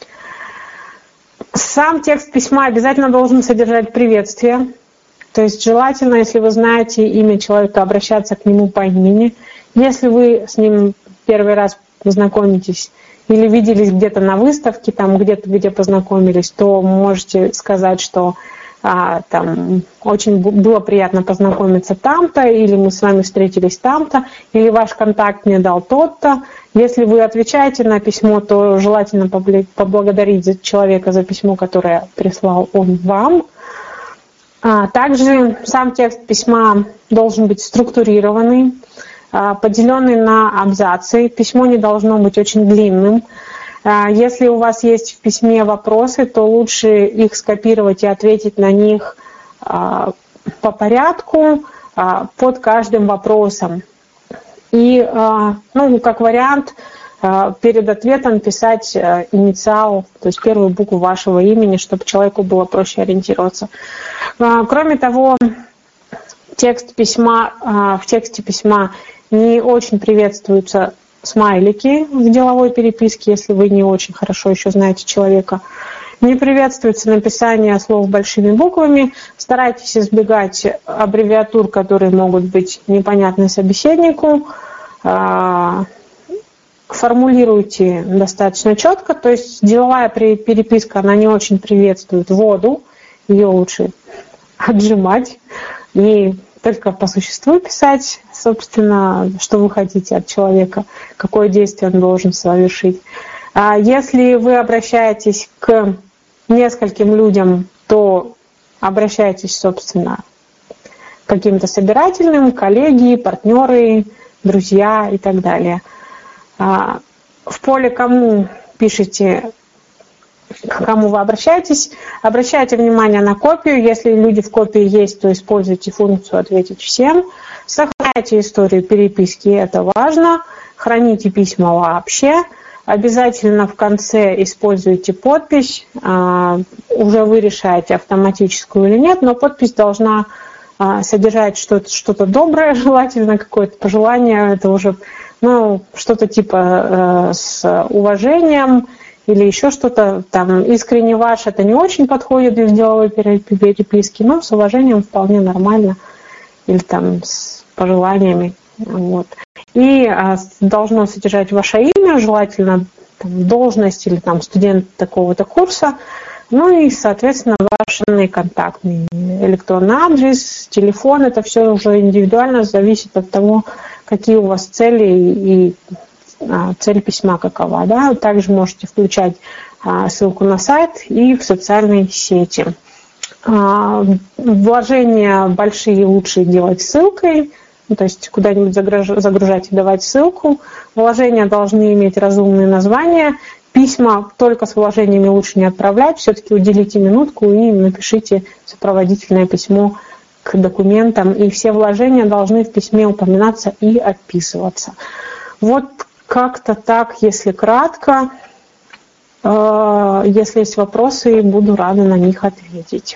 Сам текст письма обязательно должен содержать приветствие, то есть желательно, если вы знаете имя человека, обращаться к нему по имени. Если вы с ним первый раз знакомитесь, или виделись где-то на выставке, там где-то, где познакомились, то можете сказать, что там очень было приятно познакомиться там-то, или мы с вами встретились там-то, или ваш контакт мне дал тот-то. Если вы отвечаете на письмо, то желательно поблагодарить человека за письмо, которое прислал он вам. Также сам текст письма должен быть структурированный, поделенный на абзацы. Письмо не должно быть очень длинным. Если у вас есть в письме вопросы, то лучше их скопировать и ответить на них по порядку, под каждым вопросом. И, как вариант, перед ответом писать инициал, то есть первую букву вашего имени, чтобы человеку было проще ориентироваться. Кроме того, в тексте письма не очень приветствуются смайлики в деловой переписке, если вы не очень хорошо еще знаете человека. Не приветствуется написание слов большими буквами. Старайтесь избегать аббревиатур, которые могут быть непонятны собеседнику. Формулируйте достаточно четко. То есть деловая переписка, она не очень приветствует воду. Ее лучше отжимать и только по существу писать, собственно, что вы хотите от человека, какое действие он должен совершить. Если вы обращаетесь к нескольким людям, то обращайтесь, собственно, к каким-то собирательным, коллеги, партнеры, друзья и так далее. В поле «Кому» пишите, к кому вы обращаетесь. Обращайте внимание на копию. Если люди в копии есть, то используйте функцию «Ответить всем». Сохраняйте историю переписки, это важно. Храните письма вообще. Обязательно в конце используйте подпись. Уже вы решаете, автоматическую или нет, но подпись должна содержать что-то доброе, желательно какое-то пожелание. Это уже что-то типа с уважением, или еще что-то там искренне ваш, это не очень подходит для деловой переписки, но с уважением вполне нормально, или там с пожеланиями. Вот. И должно содержать ваше имя, желательно там, должность или там студент такого-то курса. Ну и, соответственно, ваши контактные, электронный адрес, телефон, это все уже индивидуально зависит от того, какие у вас цели и цель письма какова. Да? Также можете включать ссылку на сайт и в социальные сети. Вложения большие лучше делать ссылкой, то есть куда-нибудь загружать и давать ссылку. Вложения должны иметь разумные названия. Письма только с вложениями лучше не отправлять. Все-таки уделите минутку и напишите сопроводительное письмо к документам. И все вложения должны в письме упоминаться и описываться. Вот как-то так, если кратко. Если есть вопросы, буду рада на них ответить.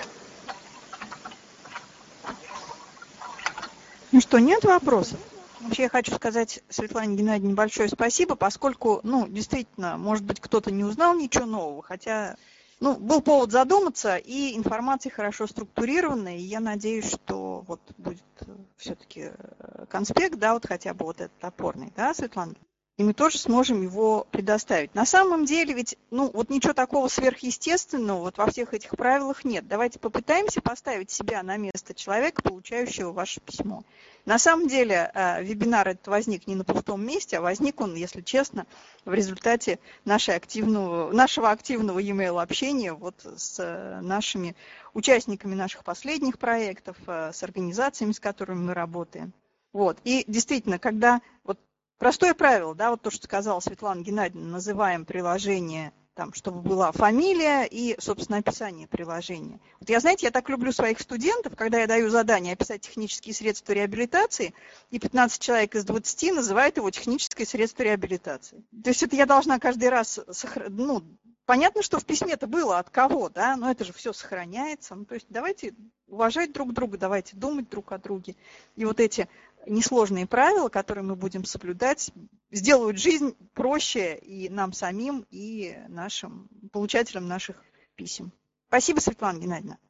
Ну что, нет вопросов? Вообще я хочу сказать Светлане Геннадьевне большое спасибо, поскольку, действительно, может быть, кто-то не узнал ничего нового, хотя, был повод задуматься, и информация хорошо структурированная, и я надеюсь, что вот будет все-таки конспект, да, вот хотя бы вот этот опорный, да, Светлана? И мы тоже сможем его предоставить. На самом деле ведь, вот ничего такого сверхъестественного вот во всех этих правилах нет. Давайте попытаемся поставить себя на место человека, получающего ваше письмо. На самом деле вебинар этот возник не на пустом месте, а возник он, если честно, в результате нашего активного e-mail общения вот с нашими участниками наших последних проектов, с организациями, с которыми мы работаем. Вот. И действительно, когда вот простое правило, да, вот то, что сказала Светлана Геннадьевна, называем приложение, там, чтобы была фамилия и, собственно, описание приложения. Вот я так люблю своих студентов, когда я даю задание описать технические средства реабилитации, и 15 человек из 20 называют его техническое средство реабилитации. То есть это я должна каждый раз, понятно, что в письме-то было от кого, да, но это же все сохраняется. То есть давайте уважать друг друга, давайте думать друг о друге. И вот эти несложные правила, которые мы будем соблюдать, сделают жизнь проще и нам самим, и нашим получателям наших писем. Спасибо, Светлана Геннадьевна.